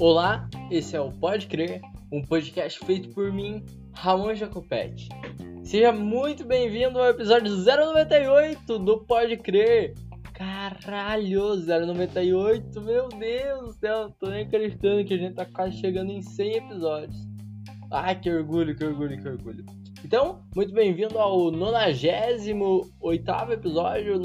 Olá, esse é o Pode Crer, um podcast feito por mim, Ramon Jacopetti. Seja muito bem-vindo ao episódio 098 do Pode Crer. Caralho, 098, meu Deus do céu, tô nem acreditando que a gente tá quase chegando em 100 episódios. Ai, que orgulho. Então, muito bem-vindo ao 98º episódio,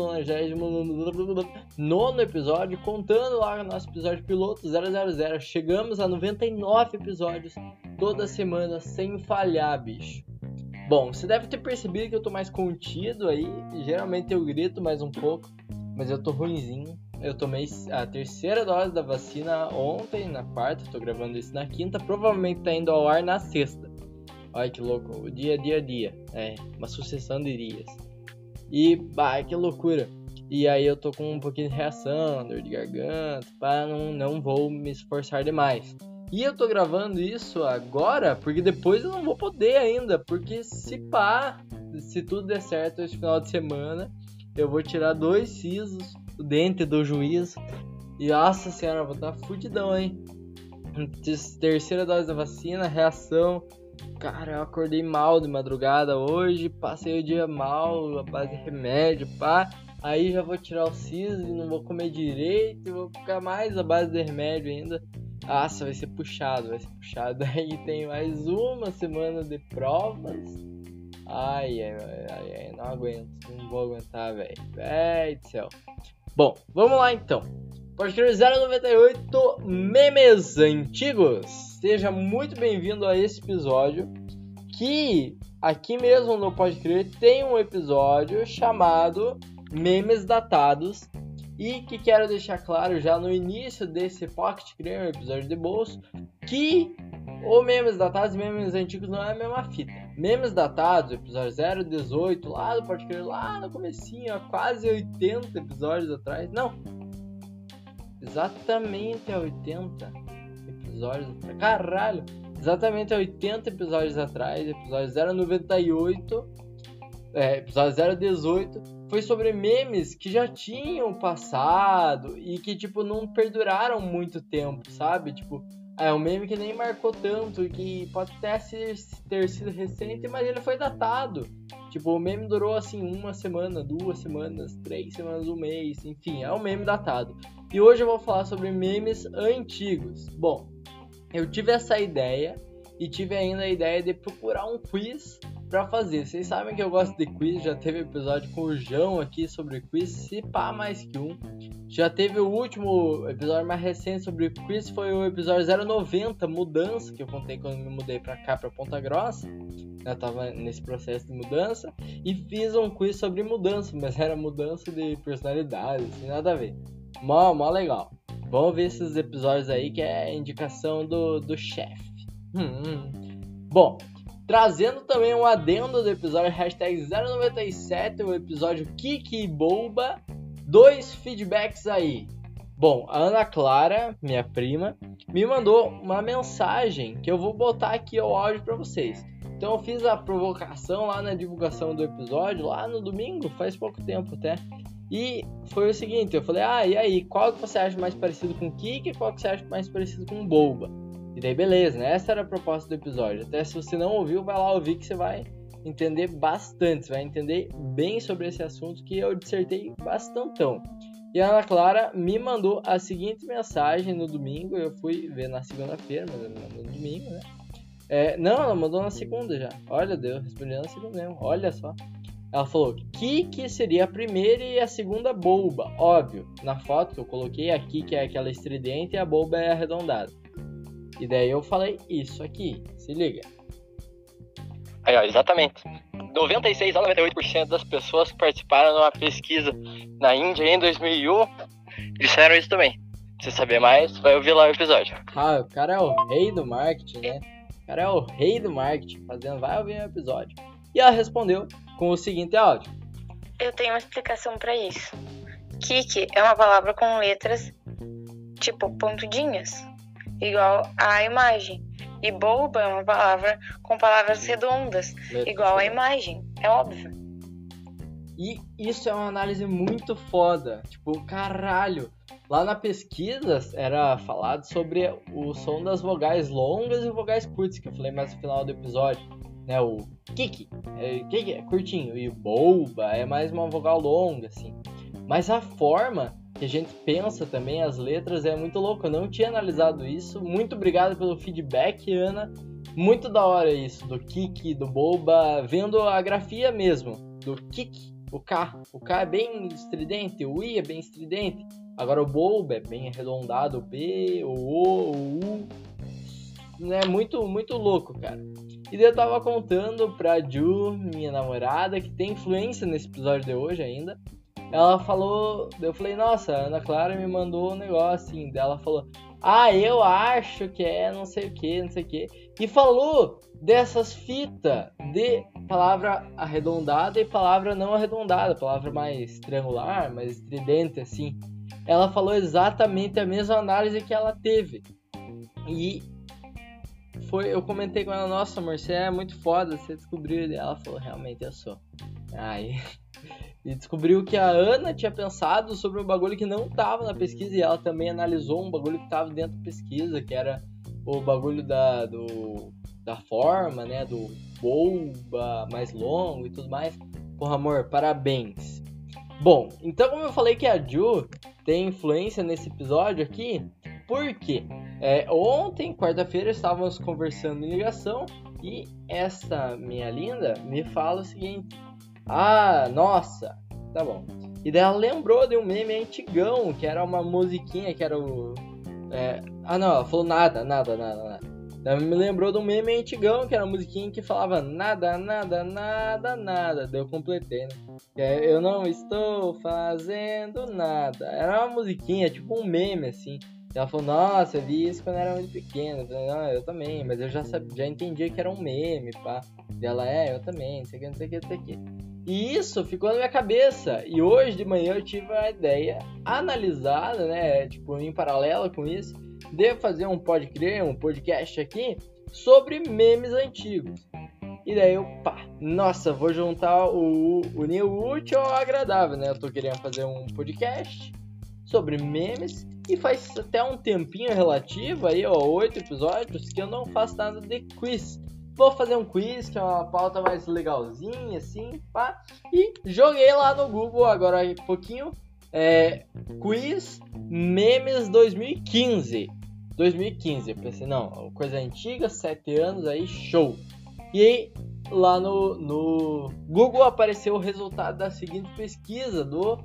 99º episódio, contando lá no nosso episódio piloto 000. Chegamos a 99 episódios toda semana, sem falhar, bicho. Bom, você deve ter percebido que eu tô mais contido aí, geralmente eu grito mais um pouco, mas eu tô ruinzinho. Eu tomei a terceira dose da vacina ontem, na quarta, tô gravando isso na quinta, provavelmente tá indo ao ar na sexta. Olha que louco, o dia, uma sucessão de dias. E, que loucura. E aí eu tô com um pouquinho de reação, dor de garganta, não vou me esforçar demais. E eu tô gravando isso agora, porque depois eu não vou poder ainda, porque se tudo der certo esse final de semana, eu vou tirar 2 sisos, o dente do juízo, e nossa senhora, eu vou estar fudidão, hein? Terceira dose da vacina, reação. Cara, eu acordei mal de madrugada hoje, passei o dia mal, a base de remédio, aí já vou tirar o siso e não vou comer direito, e vou ficar mais a base de remédio ainda. Nossa, vai ser puxado. Aí tem mais uma semana de provas. Ai, não aguento, não vou aguentar, velho. Do céu. Bom, vamos lá então. Pode Crer 098 Memes Antigos. Seja muito bem-vindo a esse episódio, que aqui mesmo no Pode Crer tem um episódio chamado Memes Datados, e que quero deixar claro já no início desse Pocket Crer, um episódio de bolso, que o Memes Datados e Memes Antigos não é a mesma fita. Memes Datados, episódio 018, lá do Pode Crer, lá no comecinho, há quase 80 episódios atrás, não, exatamente há 80 episódios atrás, caralho, exatamente há 80 episódios atrás, episódio 098, episódio 018, foi sobre memes que já tinham passado e que, tipo, não perduraram muito tempo, sabe? Tipo, é um meme que nem marcou tanto, que pode até ter sido recente, mas ele foi datado. Tipo, o meme durou, assim, 1 semana, 2 semanas, 3 semanas, 1 mês, enfim, é um meme datado. E hoje eu vou falar sobre memes antigos. Bom, eu tive essa ideia e tive ainda a ideia de procurar um quiz pra fazer. Vocês sabem que eu gosto de quiz, já teve episódio com o João aqui sobre quiz, se pá mais que um. Já teve o último episódio mais recente sobre quiz, foi o episódio 090, mudança, que eu contei quando me mudei pra cá, pra Ponta Grossa. Eu tava nesse processo de mudança e fiz um quiz sobre mudança, mas era mudança de personalidade, assim, nada a ver. Mó legal. Vamos ver esses episódios aí, que é a indicação do chefe. Bom, trazendo também um adendo do episódio hashtag 097, o episódio Kiki e Boba, 2 feedbacks aí. Bom, a Ana Clara, minha prima, me mandou uma mensagem que eu vou botar aqui o áudio pra vocês. Então eu fiz a provocação lá na divulgação do episódio, lá no domingo, faz pouco tempo até. E foi o seguinte, eu falei, e aí, qual que você acha mais parecido com o Kiki e qual que você acha mais parecido com o Boba? E daí beleza, né? Essa era a proposta do episódio. Até se você não ouviu, vai lá ouvir que você vai entender bastante, você vai entender bem sobre esse assunto que eu dissertei bastantão. E a Ana Clara me mandou a seguinte mensagem no domingo, eu fui ver na segunda-feira, mas ela me mandou no domingo, né? Não, ela mandou na segunda já. Olha, Deus, respondeu na segunda mesmo, olha só. Ela falou que seria a primeira e a segunda Boba, óbvio. Na foto que eu coloquei aqui, que é aquela estridente, e a Boba é arredondada. E daí eu falei isso aqui, se liga. Aí, ó, exatamente. 96 a 98% das pessoas que participaram de uma pesquisa na Índia em 2001 disseram isso também. Se saber mais, vai ouvir lá o episódio. O cara é o rei do marketing, né? O cara é o rei do marketing, vai ouvir o episódio. E ela respondeu com o seguinte áudio. Eu tenho uma explicação pra isso. Kiki é uma palavra com letras, tipo pontudinhas, igual a imagem. E boba é uma palavra com palavras redondas, igual a imagem. É óbvio. E isso é uma análise muito foda. Tipo, caralho. lá na pesquisa era falado sobre o som das vogais longas e vogais curtas, que eu falei mais no final do episódio, né? O kiki é curtinho, e o boba é mais uma vogal longa, assim. Mas a forma que a gente pensa também, as letras, é muito louco. Eu não tinha analisado isso. Muito obrigado pelo feedback, Ana. Muito da hora isso, do kiki, do boba, vendo a grafia mesmo, do kiki, o K é bem estridente, o I é bem estridente, agora o boba é bem arredondado, o B, o O, o U, né, muito, muito louco, cara. E daí eu tava contando pra Ju, minha namorada, que tem influência nesse episódio de hoje ainda. Ela falou, eu falei, nossa, a Ana Clara me mandou um negócio assim, daí ela falou, eu acho que é não sei o que, e falou dessas fitas de palavra arredondada e palavra não arredondada, palavra mais triangular, mais estridente, assim. Ela falou exatamente a mesma análise que ela teve. E eu comentei com ela, nossa, amor, você é muito foda, você descobriu. E ela falou, realmente eu sou. E descobriu que a Ana tinha pensado sobre um bagulho que não tava na pesquisa, e ela também analisou um bagulho que tava dentro da pesquisa, que era o bagulho da forma, né, do boba mais longo e tudo mais. Porra, amor, parabéns. Bom, então como eu falei que a Ju tem influência nesse episódio aqui, por quê? Ontem, quarta-feira, estávamos conversando em ligação e essa minha linda me fala o seguinte: nossa, tá bom. E daí ela lembrou de um meme antigão, que era uma musiquinha, que era o... ela falou nada. Ela me lembrou de um meme antigão, que era uma musiquinha que falava nada. Daí eu completei, né? Eu não estou fazendo nada. Era uma musiquinha, tipo um meme, assim. Ela falou, nossa, eu vi isso quando eu era muito pequeno. Eu falei, eu também, mas eu já entendia que era um meme, pá. E ela, eu também, não sei o que. E isso ficou na minha cabeça. E hoje de manhã eu tive a ideia analisada, né, tipo, em paralelo com isso, de fazer um podcast aqui sobre memes antigos. E daí eu, nossa, vou juntar o útil ao agradável, né? Eu tô querendo fazer um podcast sobre memes e faz até um tempinho relativo aí, 8 episódios, que eu não faço nada de quiz. Vou fazer um quiz, que é uma pauta mais legalzinha, assim, pá. E joguei lá no Google agora há pouquinho, quiz memes 2015. Eu pensei, não, coisa antiga, 7 anos aí, show. E aí, lá no Google apareceu o resultado da seguinte pesquisa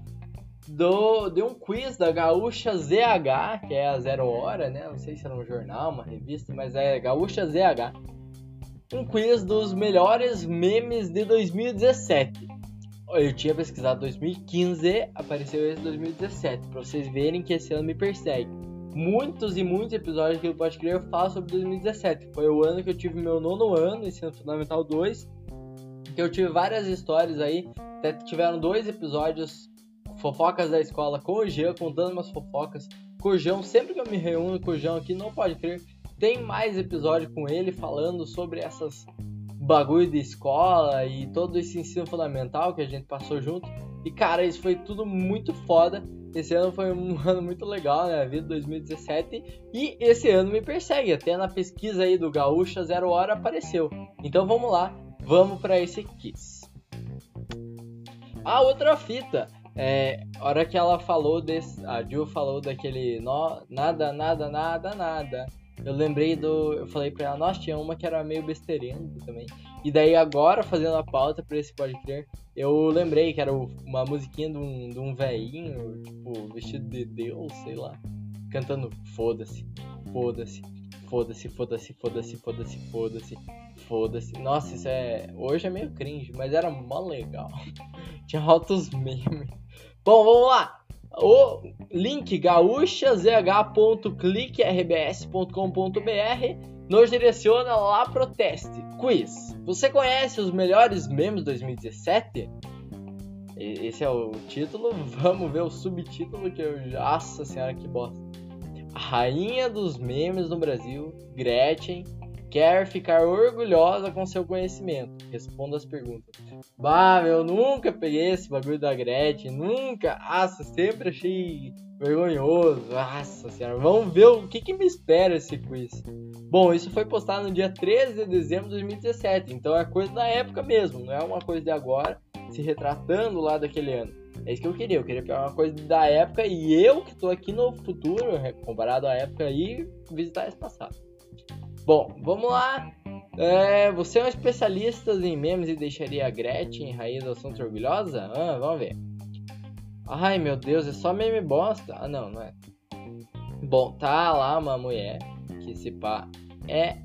de um quiz da Gaúcha ZH, que é a 0 hora, né? Não sei se era um jornal, uma revista, mas é Gaúcha ZH. Um quiz dos melhores memes de 2017. Eu tinha pesquisado 2015, apareceu esse 2017, pra vocês verem que esse ano me persegue. Muitos e muitos episódios que eu Pode Crer eu falo sobre 2017. Foi o ano que eu tive meu 9º ano, Ensino Fundamental 2, que eu tive várias histórias aí. Até tiveram 2 episódios, fofocas da escola, com o Jean, contando umas fofocas com o Jean. Sempre que eu me reúno com o Jean aqui, não Pode Crer, tem mais episódio com ele falando sobre essas bagulho de escola e todo esse ensino fundamental que a gente passou junto. E cara, isso foi tudo muito foda. Esse ano foi um ano muito legal, né? A vida de 2017. E esse ano me persegue. Até na pesquisa aí do Gaúcha 0 hora apareceu. Então vamos lá. Vamos pra esse quiz. A outra fita. A hora que ela falou a Ju falou daquele nada. Eu lembrei eu falei pra ela, nossa, tinha uma que era meio besteirinho também. E daí agora, fazendo a pauta pra esse Pode Crer, eu lembrei que era uma musiquinha de um velhinho, tipo, vestido de Deus, sei lá, cantando foda-se. Nossa, isso hoje é meio cringe, mas era mó legal. Tinha altos memes. Bom, vamos lá. O link gaúchazh.cliquerbs.com.br nos direciona lá pro teste. Quiz. Você conhece os melhores memes de 2017? Esse é o título. Vamos ver o subtítulo que nossa senhora, que bosta. A rainha dos memes no Brasil, Gretchen, quer ficar orgulhosa com seu conhecimento. Responda as perguntas. Bah, eu nunca peguei esse bagulho da Gretchen. Nunca. Nossa, sempre achei vergonhoso. Nossa senhora. Vamos ver o que me espera esse quiz. Bom, isso foi postado no dia 13 de dezembro de 2017. Então é coisa da época mesmo. Não é uma coisa de agora, se retratando lá daquele ano. É isso que eu queria pegar uma coisa da época e eu que tô aqui no futuro, comparado à época aí, visitar esse passado. Bom, vamos lá. Você é um especialista em memes e deixaria a Gretchen raiz do assunto orgulhosa? Vamos ver. Ai meu Deus, é só meme bosta. Não é. Bom, tá lá uma mulher que se pá é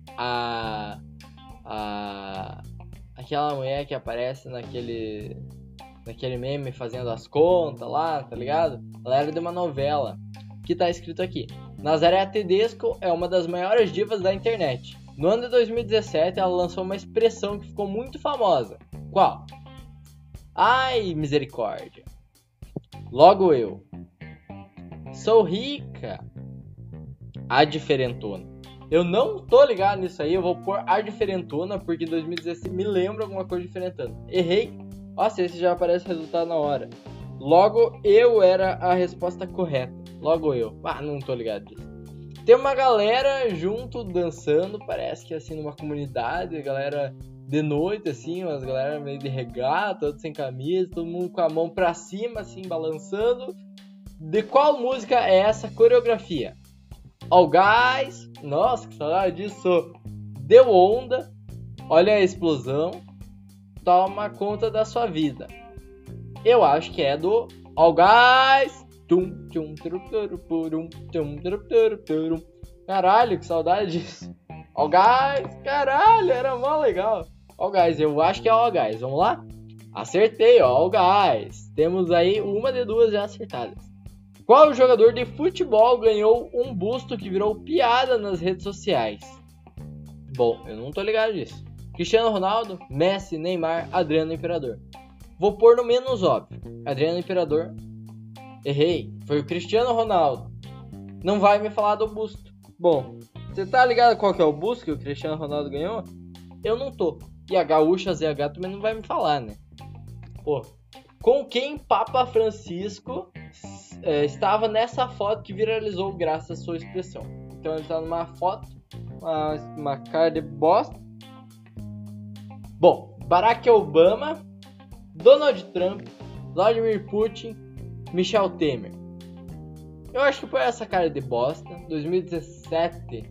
aquela mulher que aparece naquele meme fazendo as contas lá, tá ligado? Ela era de uma novela que tá escrito aqui: Nazaré Tedesco é uma das maiores divas da internet. No ano de 2017 ela lançou uma expressão que ficou muito famosa. Qual? Ai, misericórdia. Logo eu. Sou rica. A diferentona. Eu não tô ligado nisso aí, eu vou pôr a diferentona porque 2016 me lembra alguma coisa diferentona. Errei. Nossa, esse já aparece o resultado na hora. Logo eu era a resposta correta. Logo eu. Não tô ligado disso. Tem uma galera junto dançando, parece que assim numa comunidade, galera de noite assim, umas galera meio de regata, todo sem camisa, todo mundo com a mão pra cima assim, balançando. De qual música é essa coreografia? All Guys, nossa, que saudade disso. Deu onda, olha a explosão, toma conta da sua vida. Eu acho que é do All Guys. Caralho, que saudade disso. All Guys, caralho, era mó legal. All Guys, eu acho que é All Guys, vamos lá? Acertei, All Guys. Temos aí uma de duas já acertadas. Qual jogador de futebol ganhou um busto que virou piada nas redes sociais? Bom, eu não tô ligado disso. Cristiano Ronaldo, Messi, Neymar, Adriano Imperador. Vou pôr no menos óbvio. Adriano Imperador. Errei. Foi o Cristiano Ronaldo. Não vai me falar do busto. Bom, você tá ligado qual que é o busto que o Cristiano Ronaldo ganhou? Eu não tô. E a gaúcha ZH também não vai me falar, né? Pô. Com quem Papa Francisco estava nessa foto que viralizou graças à sua expressão? Então ele tá numa foto, uma cara de bosta. Bom, Barack Obama, Donald Trump, Vladimir Putin, Michel Temer. Eu acho que por essa cara de bosta, 2017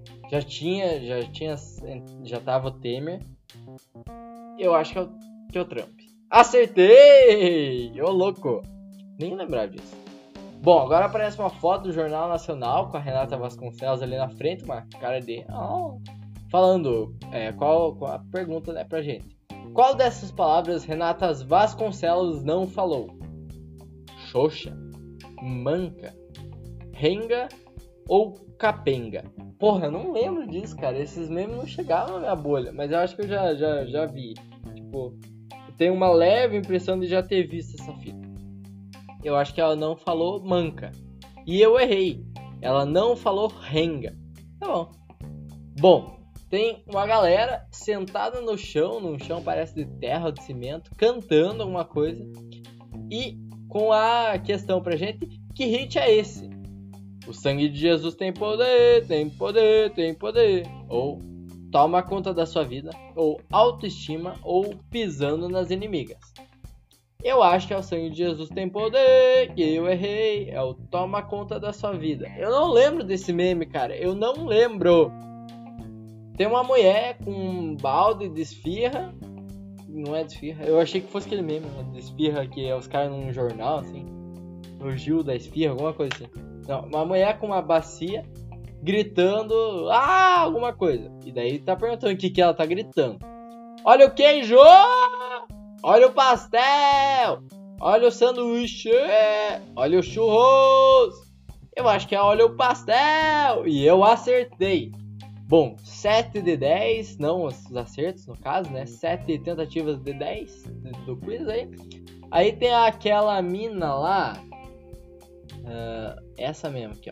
já tava o Temer. Eu acho que é o Trump. Acertei! Ô louco! Nem lembrava disso. Bom, agora aparece uma foto do Jornal Nacional com a Renata Vasconcelos ali na frente, uma cara de... falando, qual a pergunta, né, pra gente. Qual dessas palavras Renata Vasconcelos não falou? Xoxa, manca, renga ou capenga? Porra, eu não lembro disso, cara. Esses memes não chegavam na minha bolha, mas eu acho que eu já vi. Tipo, eu tenho uma leve impressão de já ter visto essa fita. Eu acho que ela não falou manca. E eu errei. Ela não falou renga. Tá bom. Bom, tem uma galera sentada no chão parece de terra ou de cimento, cantando alguma coisa. E com a questão pra gente, que hit é esse? O sangue de Jesus tem poder, tem poder, tem poder. Ou toma conta da sua vida, ou autoestima, ou pisando nas inimigas. Eu acho que é o sangue de Jesus tem poder, que eu errei, é o toma conta da sua vida. Eu não lembro desse meme, cara, eu não lembro. Tem uma mulher com um balde de esfirra, não é de esfirra, eu achei que fosse aquele meme, de esfirra que é os caras num jornal, assim, o Gil da esfirra, alguma coisa assim. Não, uma mulher com uma bacia, gritando, alguma coisa. E daí tá perguntando o que ela tá gritando. Olha o queijo! Olha o pastel! Olha o sanduíche! Olha o churros! Eu acho que é olha o pastel! E eu acertei! Bom, 7 de 10, não os acertos no caso, né? 7 tentativas de 10 do quiz aí. Aí tem aquela mina lá, essa mesmo aqui, ó.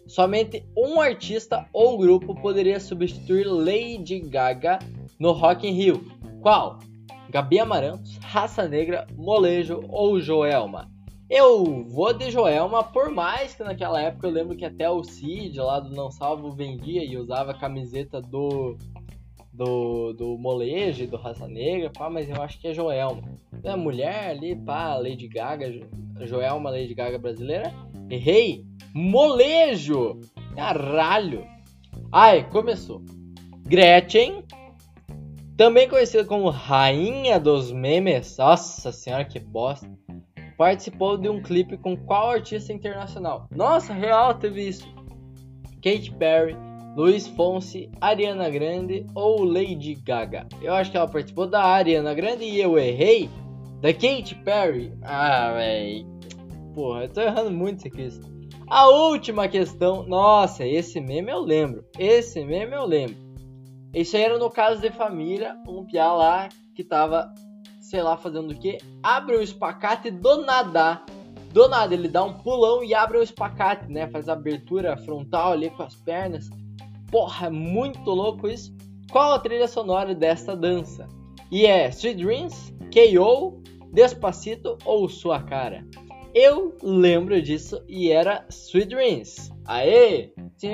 somente um artista ou grupo poderia substituir Lady Gaga no Rock in Rio. Qual? Gabi Amarantos, Raça Negra, Molejo ou Joelma? Eu vou de Joelma, por mais que naquela época eu lembro que até o Cid lá do Não Salvo vendia e usava a camiseta do Molejo e do Raça Negra, pá, mas eu acho que é Joelma. É mulher ali, pá, Lady Gaga, Joelma, Lady Gaga brasileira. Errei! Molejo! Caralho! Ai, começou. Gretchen, também conhecida como Rainha dos Memes, nossa senhora que bosta, participou de um clipe com qual artista internacional? Nossa, real, teve isso. Katy Perry, Luiz Fonsi, Ariana Grande ou Lady Gaga? Eu acho que ela participou da Ariana Grande e eu errei. Da Katy Perry? Ah, véi. Porra, eu tô errando muito isso aqui. A última questão. Nossa, esse meme eu lembro. Isso aí era no Caso de Família. Um piá lá que tava, sei lá, fazendo o quê? Abre o espacate do nada. Do nada, ele dá um pulão e abre o espacate, né? Faz a abertura frontal ali com as pernas. Porra, é muito louco isso. Qual a trilha sonora desta dança? E é Sweet Dreams, K.O., Despacito ou Sua Cara? Eu lembro disso e era Sweet Dreams. Aê!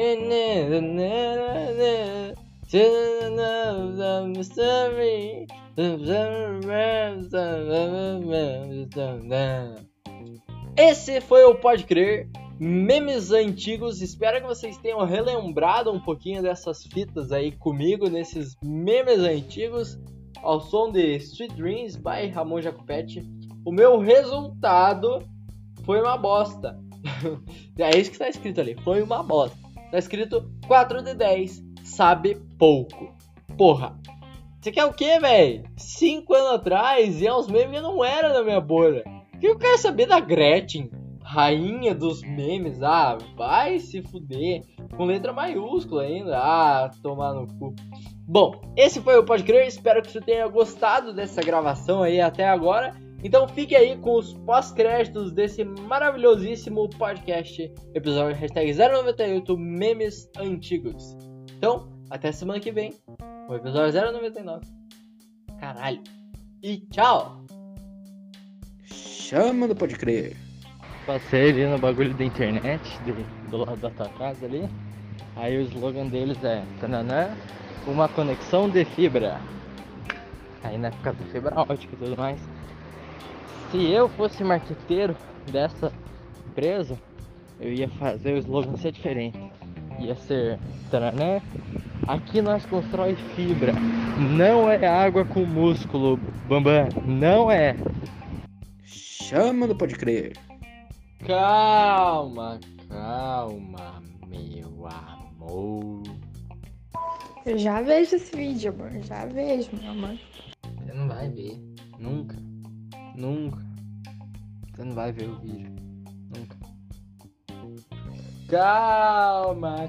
Esse foi o Pode Crer Memes Antigos. Espero que vocês tenham relembrado um pouquinho dessas fitas aí comigo nesses memes antigos ao som de Sweet Dreams by Ramon Jacopetti. O meu resultado foi uma bosta. É isso que tá escrito ali, foi uma bosta. Tá escrito 4 de 10, sabe pouco. Porra, você quer o quê, velho? 5 anos atrás e os memes não eram da minha bolha. O que eu quero saber da Gretchen, rainha dos memes? Ah, vai se fuder. Com letra maiúscula ainda. Ah, tomar no cu. Bom, esse foi o Pode Crer. Espero que você tenha gostado dessa gravação aí até agora. Então fique aí com os pós-créditos desse maravilhosíssimo podcast. Episódio hashtag 098 Memes Antigos. Então, até semana que vem. O episódio 099. Caralho. E tchau. Chama do Pode Crer. Passei ali no bagulho da internet, do lado da tua casa ali. Aí o slogan deles é tananã, uma conexão de fibra. Aí na época da fibra ótica e tudo mais. Se eu fosse marqueteiro dessa empresa, eu ia fazer o slogan ser diferente. Ia ser tananã, aqui nós constrói fibra. Não é água com músculo, bambam. Não é. Chama do Pode Crer. Calma, meu amor. Eu já vejo esse vídeo, amor. Já vejo, meu amor. Você não vai ver. Nunca. Você não vai ver o vídeo. Nunca. Calma,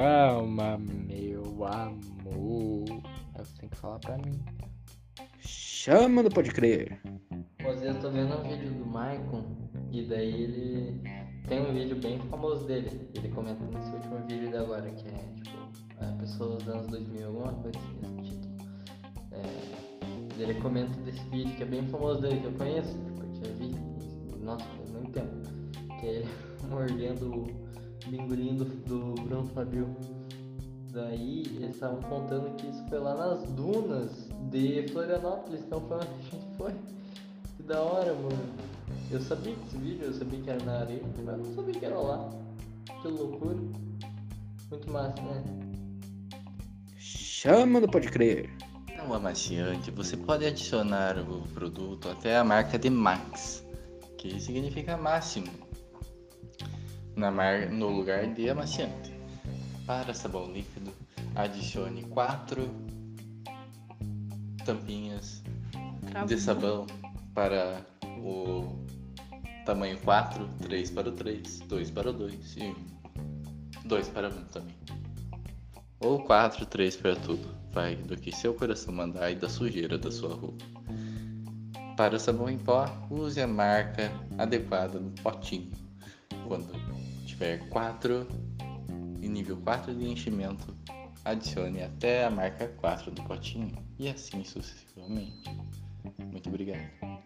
meu amor. É o que você tem que falar pra mim. Chama do Pode Crer. Às vezes eu tô vendo um vídeo do Maicon e daí ele tem um vídeo bem famoso dele. Ele comenta nesse último vídeo de agora, que é tipo pessoas dos anos 2000, alguma coisa assim, esse título. Ele comenta desse vídeo que é bem famoso dele, que eu conheço, tipo, eu tinha visto, nossa, faz muito tempo. Que é ele mordendo o bingolinho do Bruno Fabio. Daí eles estavam contando que isso foi lá nas dunas de Florianópolis, então foi onde a gente foi. Que da hora, mano. Eu sabia desse vídeo, eu sabia que era na areia, mas eu não sabia que era lá. Que loucura. Muito massa, né? Chama do Pode Crer. No amaciante, você pode adicionar o produto até a marca de Max, que significa máximo, no lugar de amaciante. Para sabão líquido, adicione 4 tampinhas de sabão para o tamanho 4, 3 para o 3, 2 para o 2 e 2 para 1 também. Ou 4, 3 para tudo. Vai do que seu coração mandar e da sujeira da sua roupa. Para o sabão em pó, use a marca adequada no potinho. Quando tiver 4 E nível 4 de enchimento, adicione até a marca 4 do potinho. E assim sucessivamente. Muito obrigado.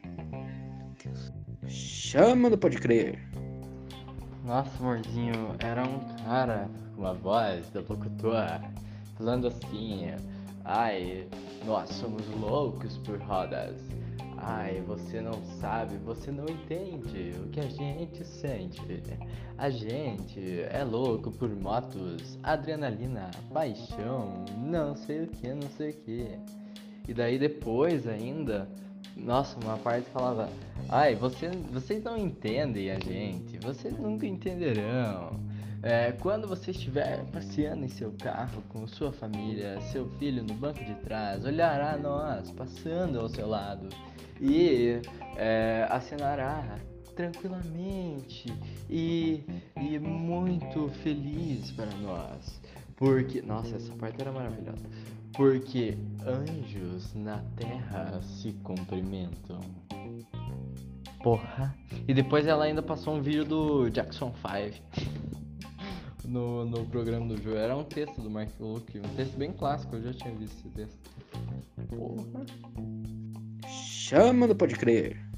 Chama, não pode crer. Nossa, amorzinho, era um cara com uma voz da locutora falando assim: ai, nós somos loucos por rodas. Ai, você não sabe, você não entende o que a gente sente. A gente é louco por motos, adrenalina, paixão, não sei o que, não sei o que. E daí depois ainda, nossa, uma parte falava: ai, vocês não entendem a gente, vocês nunca entenderão. Quando você estiver passeando em seu carro com sua família, seu filho no banco de trás, olhará nós passando ao seu lado e acenará tranquilamente e muito feliz para nós. Porque, nossa, essa parte era maravilhosa. Porque anjos na terra se cumprimentam. Porra. E depois ela ainda passou um vídeo do Jackson 5 no programa do Joe. Era um texto do Mark Luke, um texto bem clássico, eu já tinha visto esse texto. Porra. Chama, não pode crer.